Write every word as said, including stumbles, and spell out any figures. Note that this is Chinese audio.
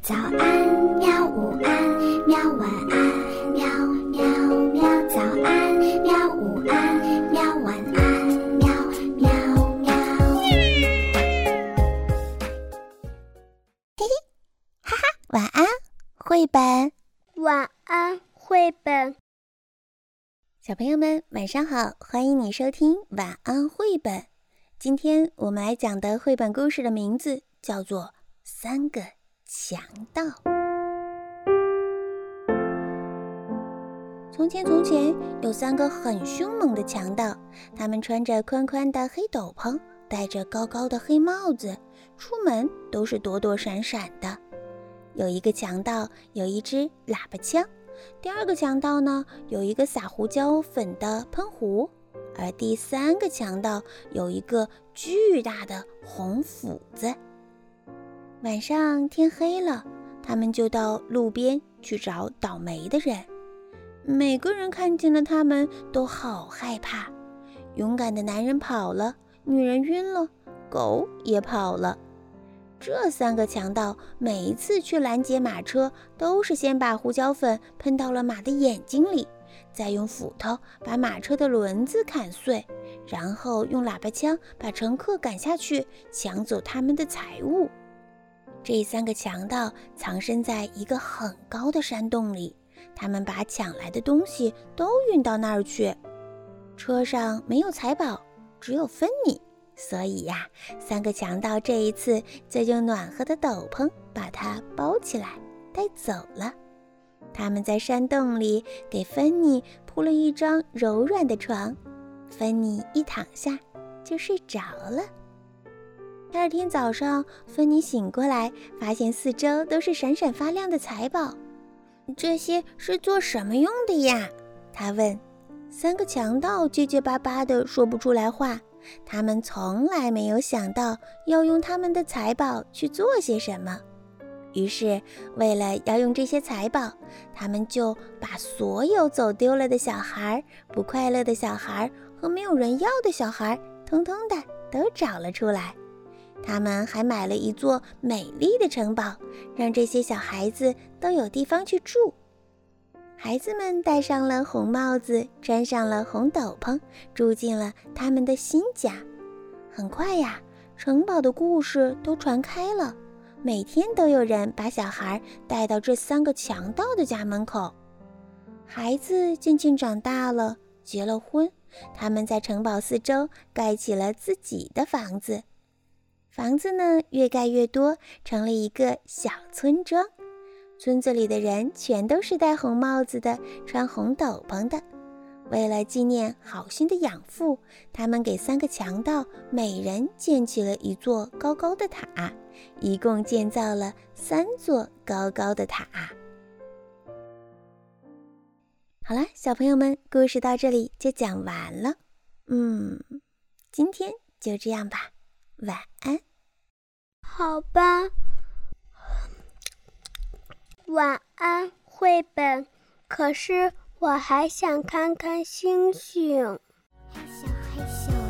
早安喵，午安喵，晚安喵喵喵，早安喵，午安喵，晚安喵喵喵。 嘿嘿，哈哈，晚安绘本。 晚安绘本。 小朋友们晚上好，欢迎你收听晚安绘本。今天我们来讲的绘本故事的名字叫做《三个强盗》。从前从前有三个很凶猛的强盗，他们穿着宽宽的黑斗篷，戴着高高的黑帽子，出门都是躲躲闪闪的。有一个强盗有一支喇叭枪，第二个强盗呢有一个撒胡椒粉的喷壶，而第三个强盗有一个巨大的红斧子。晚上天黑了，他们就到路边去找倒霉的人。每个人看见了他们都好害怕。勇敢的男人跑了，女人晕了，狗也跑了。这三个强盗每一次去拦截马车，都是先把胡椒粉喷到了马的眼睛里，再用斧头把马车的轮子砍碎，然后用喇叭枪把乘客赶下去，抢走他们的财物。这三个强盗藏身在一个很高的山洞里，他们把抢来的东西都运到那儿去。车上没有财宝，只有芬妮，所以呀，三个强盗这一次就用暖和的斗篷把它包起来带走了。他们在山洞里给芬妮铺了一张柔软的床，芬妮一躺下就睡着了。第二天早上，芬妮醒过来，发现四周都是闪闪发亮的财宝。这些是做什么用的呀？她问。三个强盗结结巴巴地说不出来话，他们从来没有想到要用他们的财宝去做些什么。于是为了要用这些财宝，他们就把所有走丢了的小孩、不快乐的小孩和没有人要的小孩通通的都找了出来。他们还买了一座美丽的城堡，让这些小孩子都有地方去住。孩子们戴上了红帽子，穿上了红斗篷，住进了他们的新家。很快呀，城堡的故事都传开了，每天都有人把小孩带到这三个强盗的家门口。孩子渐渐长大了，结了婚，他们在城堡四周盖起了自己的房子。房子呢，越盖越多，成了一个小村庄。村子里的人全都是戴红帽子的，穿红斗篷的。为了纪念好心的养父，他们给三个强盗每人建起了一座高高的塔，一共建造了三座高高的塔。好了，小朋友们，故事到这里就讲完了。嗯，今天就这样吧，晚安。 好吧，晚安绘本。可是我还想看看星星。 害羞害羞。